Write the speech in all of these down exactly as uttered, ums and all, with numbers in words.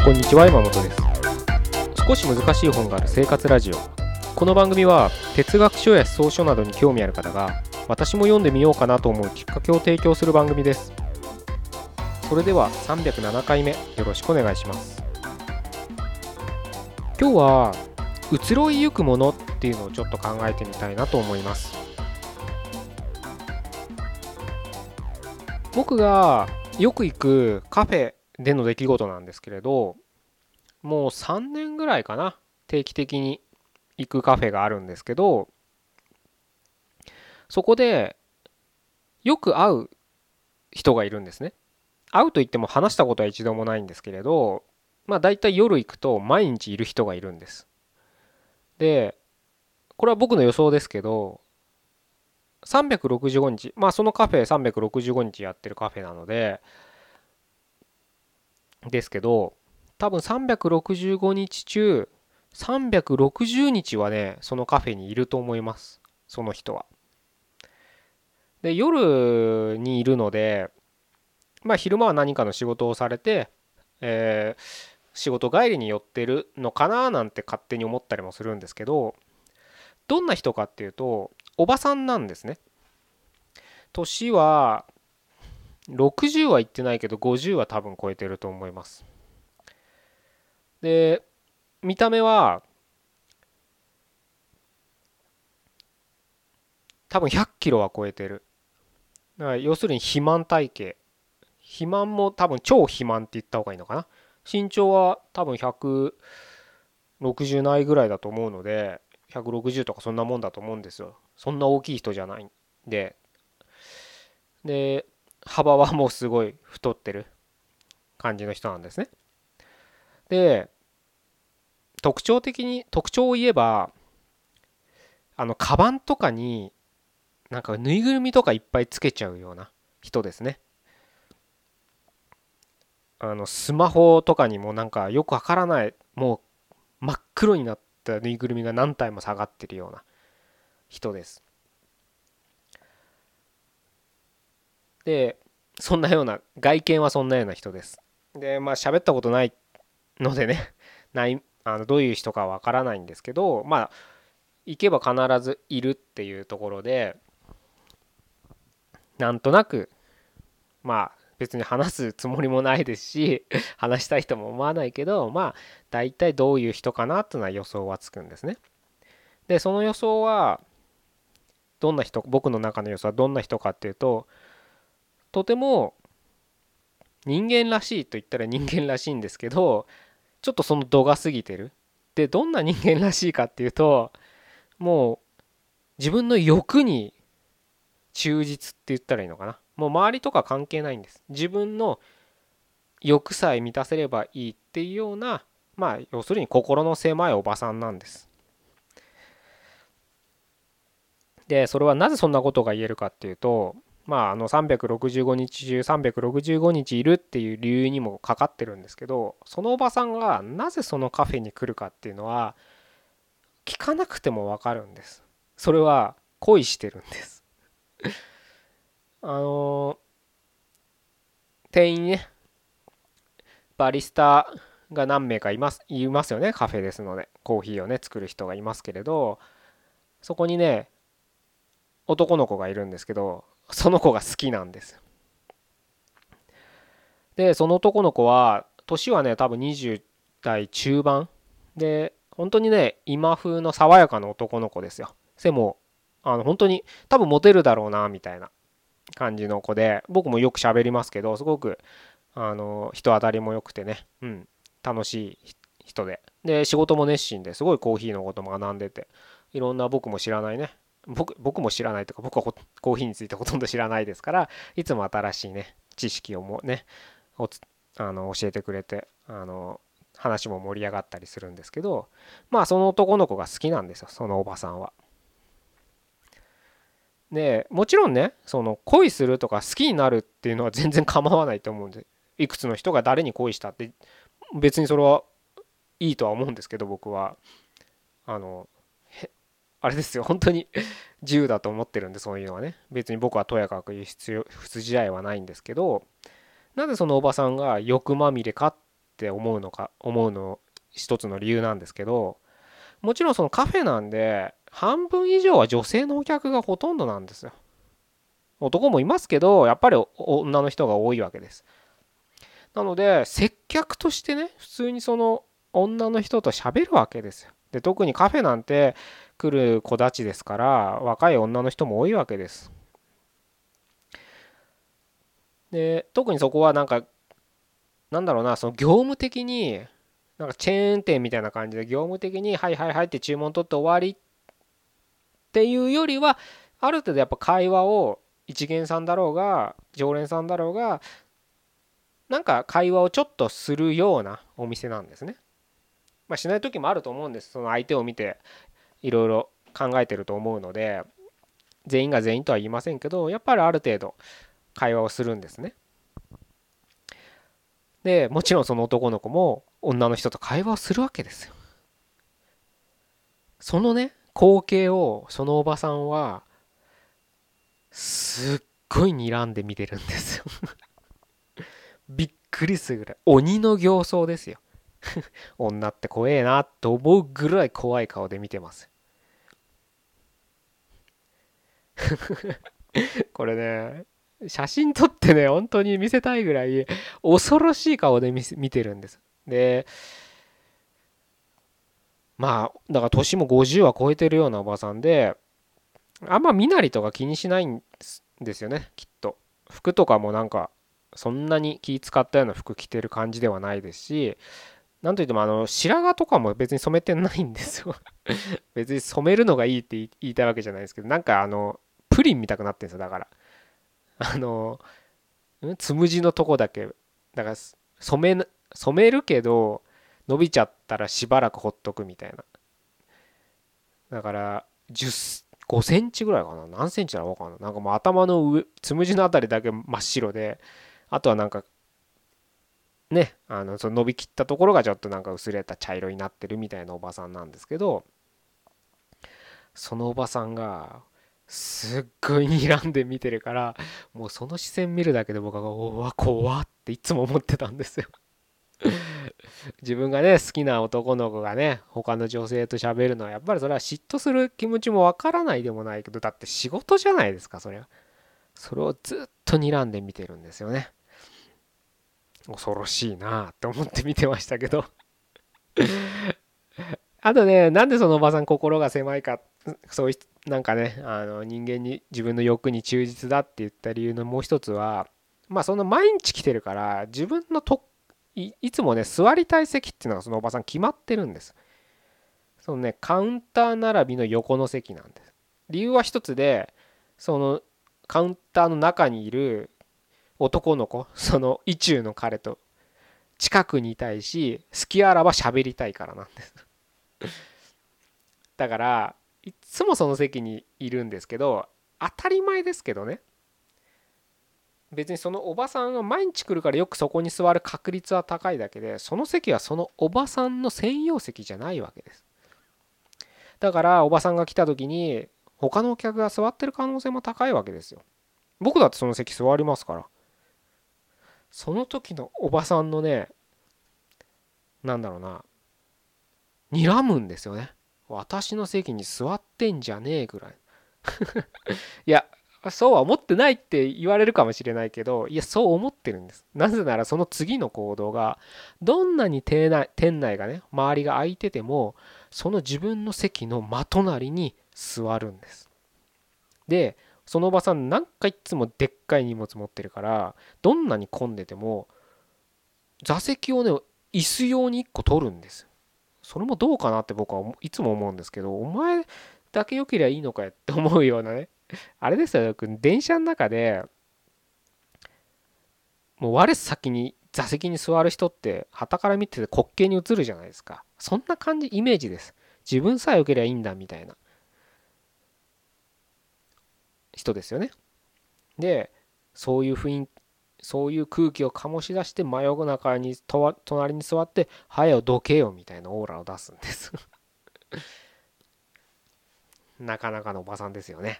こんにちは、山本です。少し難しい本がある生活ラジオ。この番組は哲学書や思想書などに興味ある方が、私も読んでみようかなと思うきっかけを提供する番組です。それではさんびゃくななかいめ、よろしくお願いします。今日は移ろいゆくものっていうのをちょっと考えてみたいなと思います。僕がよく行くカフェでの出来事なんですけれど、もうさんねんぐらいかな、定期的に行くカフェがあるんですけど、そこでよく会う人がいるんですね。会うといっても話したことは一度もないんですけれど、まあ大体夜行くと毎日いる人がいるんです。で、これは僕の予想ですけど、さんびゃくろくじゅうごにち、まあそのカフェさんびゃくろくじゅうごにちやってるカフェなので、ですけど、多分さんびゃくろくじゅうごにち中、さんびゃくろくじゅうにちはね、そのカフェにいると思います。その人は。で、夜にいるので、まあ昼間は何かの仕事をされて、えー仕事帰りに寄ってるのかななんて勝手に思ったりもするんですけど、どんな人かっていうと、おばさんなんですね。年はろくじゅうは言ってないけどごじゅうは多分超えてると思います。で、見た目は多分ひゃっキロは超えてる。だから要するに肥満体型。肥満も多分超肥満って言った方がいいのかな。身長は多分ひゃくろくじゅうないぐらいだと思うので、ひゃくろくじゅうとかそんなもんだと思うんですよ。そんな大きい人じゃないんで。で、幅はもうすごい太ってる感じの人なんですね。で、特徴的に、特徴を言えば、あの、カバンとかになんかぬいぐるみとかいっぱいつけちゃうような人ですね。あの、スマホとかにもなんかよくわからない、もう真っ黒になったぬいぐるみが何体も下がってるような人です。で、そんなような、外見はそんなような人です。で、まあ喋ったことないのでね、ない、あの、どういう人かわからないんですけど、まあ、行けば必ずいるっていうところで、なんとなく、まあ、別に話すつもりもないですし、話したいとも思わないけど、まあ、大体どういう人かなっていうのは予想はつくんですね。で、その予想は、どんな人、僕の中の予想はどんな人かっていうと、とても人間らしいと言ったら人間らしいんですけど、ちょっとその度が過ぎてる。で、どんな人間らしいかっていうと、もう自分の欲に忠実って言ったらいいのかな。もう周りとか関係ないんです。自分の欲さえ満たせればいいっていうような、まあ要するに心の狭いおばさんなんです。で、それはなぜそんなことが言えるかっていうと、まああのさんびゃくろくじゅうごにち中さんびゃくろくじゅうごにちいるっていう理由にもかかってるんですけど、そのおばさんがなぜそのカフェに来るかっていうのは聞かなくてもわかるんです。それは恋してるんです。あの店員ね、バリスタが何名かいます、いますよね。カフェですので。コーヒーをね、作る人がいますけれど、そこにね、男の子がいるんですけど、その子が好きなんです。で、その男の子は、年はね、多分にじゅう代中盤で、本当にね、今風の爽やかな男の子ですよ。背も、あの、本当に多分モテるだろうな、みたいな感じの子で、僕もよく喋りますけど、すごく、あの、人当たりも良くてね、うん、楽しい人で。で、仕事も熱心ですごいコーヒーのことも学んでて、いろんな僕も知らないね、僕、僕も知らないというか、僕はコーヒーについてほとんど知らないですから、いつも新しいね、知識をもね、おつあの教えてくれて、あの話も盛り上がったりするんですけど、まあその男の子が好きなんですよ、そのおばさんは。で、もちろんね、その恋するとか好きになるっていうのは全然構わないと思うんで、いくつの人が誰に恋したって別にそれはいいとは思うんですけど、僕はあのあれですよ、本当に自由だと思ってるんで、そういうのはね、別に僕はとやかく言う必要筋合いはないんですけど、なぜそのおばさんが欲まみれかっって思うのか思うの一つの理由なんですけど、もちろんそのカフェなんで半分以上は女性のお客がほとんどなんですよ。男もいますけど、やっぱり女の人が多いわけです。なので接客としてね、普通にその女の人と喋るわけですよ。で、特にカフェなんて来る子たちですから、若い女の人も多いわけです。で、特にそこはなんか、なんだろうな、その業務的に、なんかチェーン店みたいな感じで業務的に、はいはいはいって注文取って終わりっていうよりは、ある程度やっぱ会話を一元さんだろうが常連さんだろうが、なんか会話をちょっとするようなお店なんですね。まあしない時もあると思うんです。その相手を見ていろいろ考えてると思うので、全員が全員とは言いませんけど、やっぱりある程度会話をするんですね。で、もちろんその男の子も女の人と会話をするわけですよ。そのね、光景をそのおばさんはすっごい睨んで見てるんですよ。びっくりするぐらい。鬼の形相ですよ。女って怖えなと思うぐらい怖い顔で見てます。これね、写真撮ってね、本当に見せたいぐらい恐ろしい顔で見せ見てるんです。で、まあ、だから年もごじゅうは超えてるようなおばさんで、あんま身なりとか気にしないんですよね、きっと。服とかもなんか、そんなに気使ったような服着てる感じではないですし、なんといってもあの白髪とかも別に染めてないんですよ。別に染めるのがいいって言いたいわけじゃないですけど、なんかあの、プリン見たくなってるんですよ、だから。あの、つむじのとこだけ、だから染め、染めるけど、伸びちゃったらしばらくほっとくみたいな。だからじゅう、ごセンチぐらいかな。何センチだろうわかんない。なんかもう頭の上、つむじのあたりだけ真っ白で、あとはなんかね、あの、その伸びきったところがちょっとなんか薄れた茶色になってるみたいなおばさんなんですけど、そのおばさんが、すっごい睨んで見てるから、もうその視線見るだけで僕は、おわ、怖っていつも思ってたんですよ。自分がね、好きな男の子がね、他の女性と喋るのは、やっぱりそれは嫉妬する気持ちもわからないでもないけど、だって仕事じゃないですか、それは。それをずっと睨んで見てるんですよね。恐ろしいなって思って見てましたけど。あとね、なんでそのおばさん心が狭いか、そういう、なんかね、あの人間に自分の欲に忠実だって言った理由のもう一つは、まあその毎日来てるから、自分のとい、いつもね、座りたい席っていうのがそのおばさん決まってるんです。そのね、カウンター並びの横の席なんです。理由は一つで、そのカウンターの中にいる男の子、その意中の彼と近くにいたいし、好きあらば喋りたいからなんです。だからいつもその席にいるんですけど、当たり前ですけどね、別にそのおばさんが毎日来るからよくそこに座る確率は高いだけで、その席はそのおばさんの専用席じゃないわけです。だからおばさんが来た時に他のお客が座ってる可能性も高いわけですよ。僕だってその席座りますから。その時のおばさんのね、なんだろうな、睨むんですよね。私の席に座ってんじゃねえぐらい。いや、そうは思ってないって言われるかもしれないけど、いや、そう思ってるんです。なぜならその次の行動が、どんなに店内、店内がね、周りが空いてても、その自分の席の真隣に座るんです。で、そのおばさんなんかいつもでっかい荷物持ってるから、どんなに混んでても、座席をね、椅子用にいっこ取るんです。それもどうかなって僕はいつも思うんですけど、お前だけ良ければいいのかよって思うようなね。あれですよ、電車の中でもう我先に座席に座る人って傍から見てて滑稽に映るじゃないですか。そんな感じ、イメージです。自分さえ良ければいいんだみたいな人ですよね。で、そういう雰囲気、そういう空気を醸し出して真夜中にとわ隣に座って「はよどけよ」みたいなオーラを出すんです。なかなかのおばさんですよね。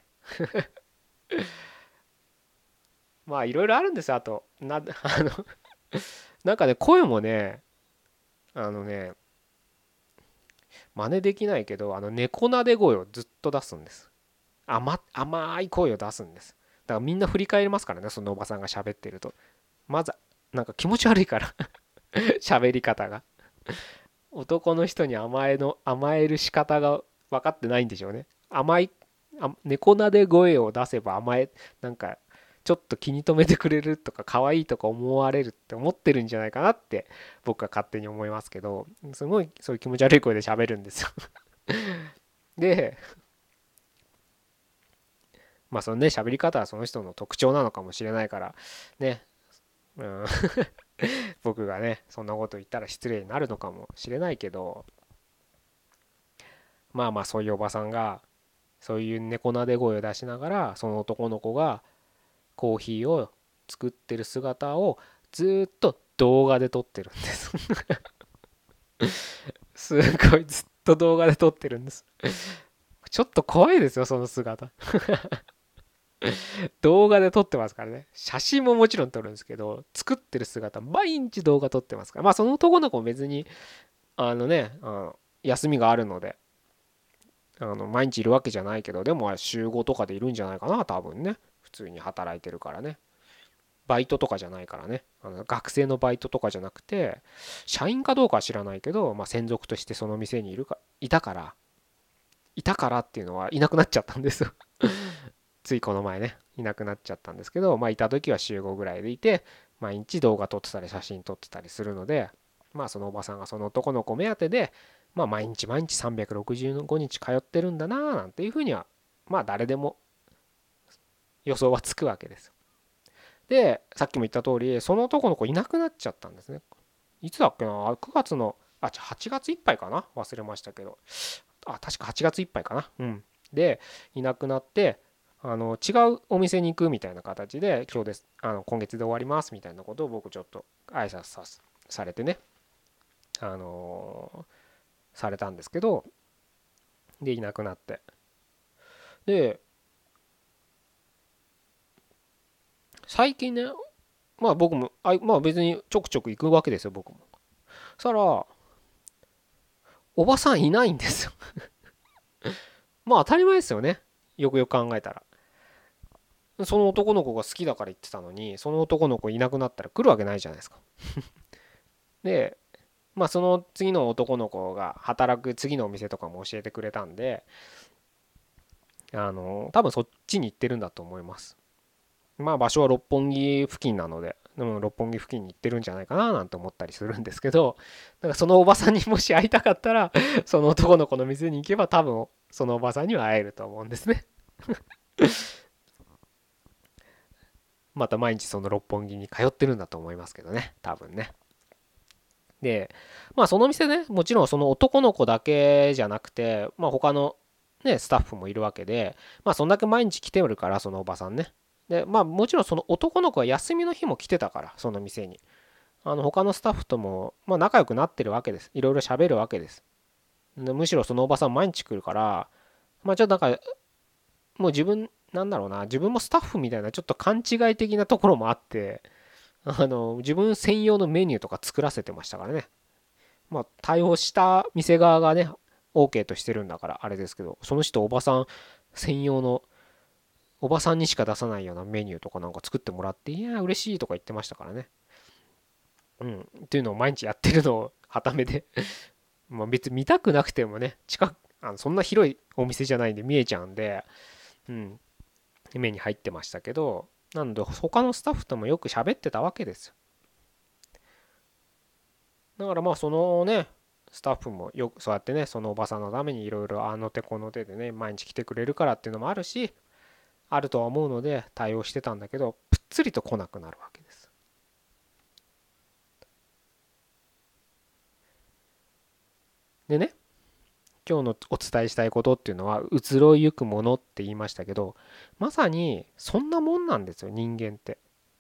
まあいろいろあるんですよ。あとな、あのなんかね、声もね、 あのね、真似できないけど、あの猫なで声をずっと出すんです。甘甘い声を出すんです。だからみんな振り返りますからね、そのおばさんが喋ってると。まずなんか気持ち悪いから喋り方が。男の人に甘えの甘える仕方が分かってないんでしょうね。甘いあ猫なで声を出せば甘えなんかちょっと気に留めてくれるとか可愛いとか思われるって思ってるんじゃないかなって僕は勝手に思いますけど、すごいそういう気持ち悪い声で喋るんですよで、まあそのね喋り方はその人の特徴なのかもしれないからね、うん僕がねそんなこと言ったら失礼になるのかもしれないけど、まあまあそういうおばさんがそういう猫なで声を出しながらその男の子がコーヒーを作ってる姿をずっと動画で撮ってるんですすごいずっと動画で撮ってるんです。ちょっと怖いですよその姿。動画で撮ってますからね。写真ももちろん撮るんですけど、作ってる姿毎日動画撮ってますから、まあその男の子も別にあのねあの休みがあるのであの毎日いるわけじゃないけど、でも週ごとかでいるんじゃないかな多分ね。普通に働いてるからね。バイトとかじゃないからね。あの学生のバイトとかじゃなくて、社員かどうかは知らないけど、まあ、専属としてその店にいるかいたからいたからっていうのはいなくなっちゃったんですよついこの前ねいなくなっちゃったんですけど、まあいた時は週ごぐらいでいて、毎日動画撮ってたり写真撮ってたりするので、まあそのおばさんがその男の子目当てで、まあ毎日毎日さんびゃくろくじゅうごにち通ってるんだなーなんていうふうには、まあ誰でも予想はつくわけです。で、さっきも言った通り、その男の子いなくなっちゃったんですね。いつだっけな、くがつの、あ、はちがついっぱいかな、忘れましたけど。あ、確かはちがついっぱいかな。うん。で、いなくなって、あの違うお店に行くみたいな形で、今日です、あの今月で終わりますみたいなことを僕ちょっと挨拶さされてね、あのーされたんですけど、で、いなくなって。で、最近ね、まあ僕も、あ、まあ別にちょくちょく行くわけですよ、僕も。そしたら、おばさんいないんですよ。まあ当たり前ですよね。よくよく考えたら。その男の子が好きだから言ってたのに、その男の子いなくなったら来るわけないじゃないですか。で、まあその次の男の子が働く次のお店とかも教えてくれたんで、あの、多分そっちに行ってるんだと思います。まあ場所は六本木付近なので、でも六本木付近に行ってるんじゃないかななんて思ったりするんですけど、だからそのおばさんにもし会いたかったら、その男の子の店に行けば多分そのおばさんには会えると思うんですね。また毎日その六本木に通ってるんだと思いますけどね、多分ね。で、まあその店ね、もちろんその男の子だけじゃなくて、まあ他のね、スタッフもいるわけで、まあそんだけ毎日来てるから、そのおばさんね。で、まあもちろんその男の子は休みの日も来てたから、その店に。あの他のスタッフとも、まあ、仲良くなってるわけです。いろいろ喋るわけです。でむしろそのおばさん毎日来るから、まあちょっとなんか、もう自分、なんだろうな、自分もスタッフみたいなちょっと勘違い的なところもあって、あの、自分専用のメニューとか作らせてましたからね。まあ、対応した店側がね、OK としてるんだからあれですけど、その人おばさん専用の、おばさんにしか出さないようなメニューとかなんか作ってもらって、いや、嬉しいとか言ってましたからね。うん。っていうのを毎日やってるのを、はためでまあ別に見たくなくてもね、近く、あのそんな広いお店じゃないんで見えちゃうんで、うん、目に入ってましたけど、なので他のスタッフともよく喋ってたわけですよ。だからまあそのね、スタッフもよくそうやってね、そのおばさんのためにいろいろあの手この手でね、毎日来てくれるからっていうのもあるし、あるとは思うので対応してたんだけど、ぷっつりと来なくなるわけです。でね、今日のお伝えしたいことっていうのは、移ろいゆくものって言いましたけど、まさにそんなもんなんですよ、人間って。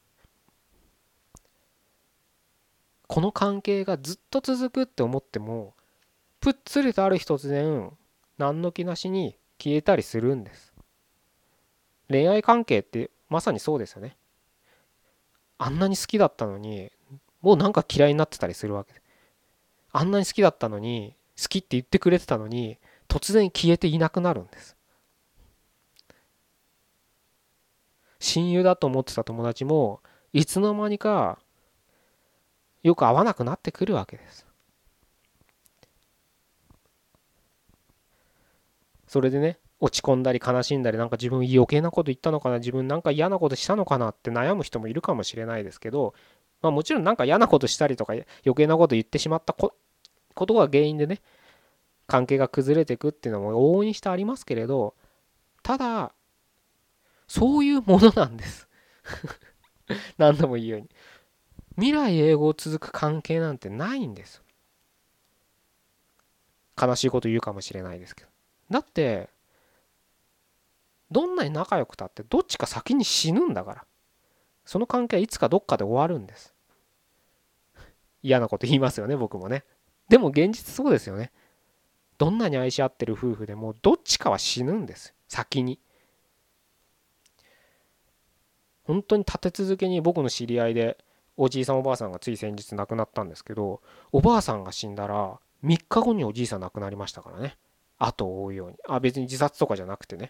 この関係がずっと続くって思っても、ぷっつりとある日突然、何の気なしに消えたりするんです。恋愛関係ってまさにそうですよね。あんなに好きだったのに、もうなんか嫌いになってたりするわけです。 あんなに好きだったのに、好きって言ってくれてたのに、突然消えていなくなるんです。親友だと思ってた友達もいつの間にかよく会わなくなってくるわけです。それでね、落ち込んだり悲しんだり、なんか自分余計なこと言ったのかな、自分なんか嫌なことしたのかなって悩む人もいるかもしれないですけど、まあもちろんなんか嫌なことしたりとか余計なこと言ってしまったこことが原因でね、関係が崩れていくっていうのも往々にしてありますけれど、ただそういうものなんです何度も言うように、未来永劫続く関係なんてないんです。悲しいこと言うかもしれないですけど、だってどんなに仲良くたってどっちか先に死ぬんだから、その関係はいつかどっかで終わるんです。嫌なこと言いますよね、僕もね。でも現実そうですよね。どんなに愛し合ってる夫婦でもどっちかは死ぬんです、先に。本当に立て続けに僕の知り合いでおじいさんおばあさんがつい先日亡くなったんですけど、おばあさんが死んだらみっかごにおじいさん亡くなりましたからね。後を追うように。あ、別に自殺とかじゃなくてね。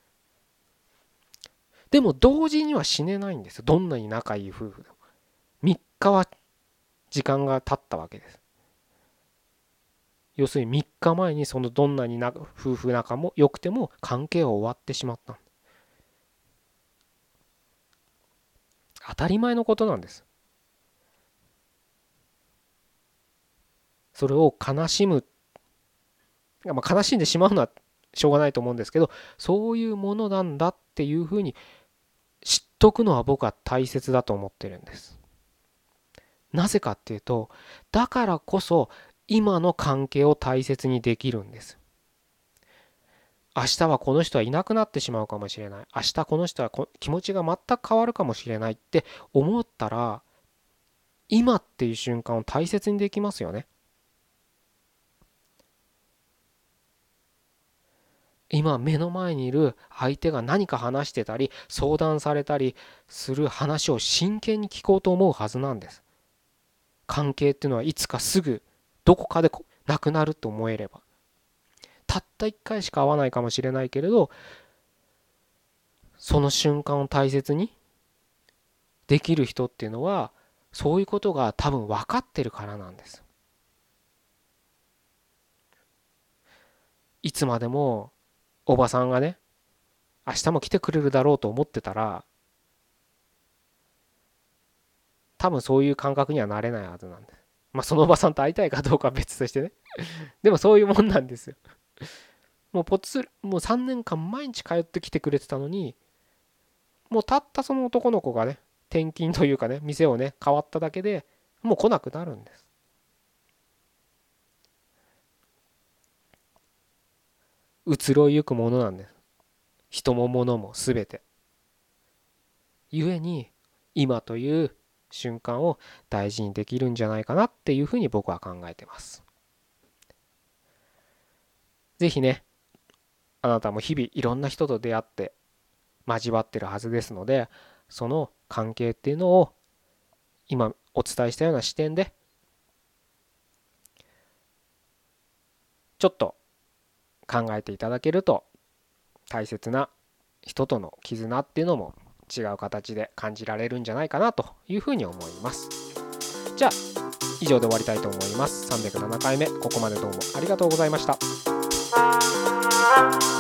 でも同時には死ねないんですよ、どんなに仲いい夫婦でも。みっかは時間が経ったわけです。要するにみっかまえにそのどんなにな夫婦仲も良くても関係は終わってしまった。当たり前のことなんです。それを悲しむ、まあ、悲しんでしまうのはしょうがないと思うんですけど、そういうものなんだっていうふうに知っとくのは僕は大切だと思ってるんです。なぜかっていうと、だからこそ今の関係を大切にできるんです。明日はこの人はいなくなってしまうかもしれない。明日この人は気持ちが全く変わるかもしれないって思ったら、今っていう瞬間を大切にできますよね。今目の前にいる相手が何か話してたり相談されたりする話を真剣に聞こうと思うはずなんです。関係っていうのはいつかすぐどこかでなくなると思えれば、たった一回しか会わないかもしれないけれど、その瞬間を大切にできる人っていうのはそういうことが多分分かってるからなんです。いつまでもおばさんがね、明日も来てくれるだろうと思ってたら、多分そういう感覚にはなれないはずなんです。まあそのおばさんと会いたいかどうかは別としてね。でもそういうもんなんですよ。もうポツもうさんねんかん毎日通ってきてくれてたのに、もうたったその男の子がね、転勤というかね、店をね、変わっただけでもう来なくなるんです。移ろいゆくものなんです。人も物も全て。故に今という瞬間を大事にできるんじゃないかなっていうふうに僕は考えてます。ぜひね、あなたも日々いろんな人と出会って交わってるはずですので、その関係っていうのを今お伝えしたような視点でちょっと考えていただけると、大切な人との絆っていうのも違う形で感じられるんじゃないかなというふうに思います。じゃあ以上で終わりたいと思います。さんびゃくななかいめ、ここまでどうもありがとうございました。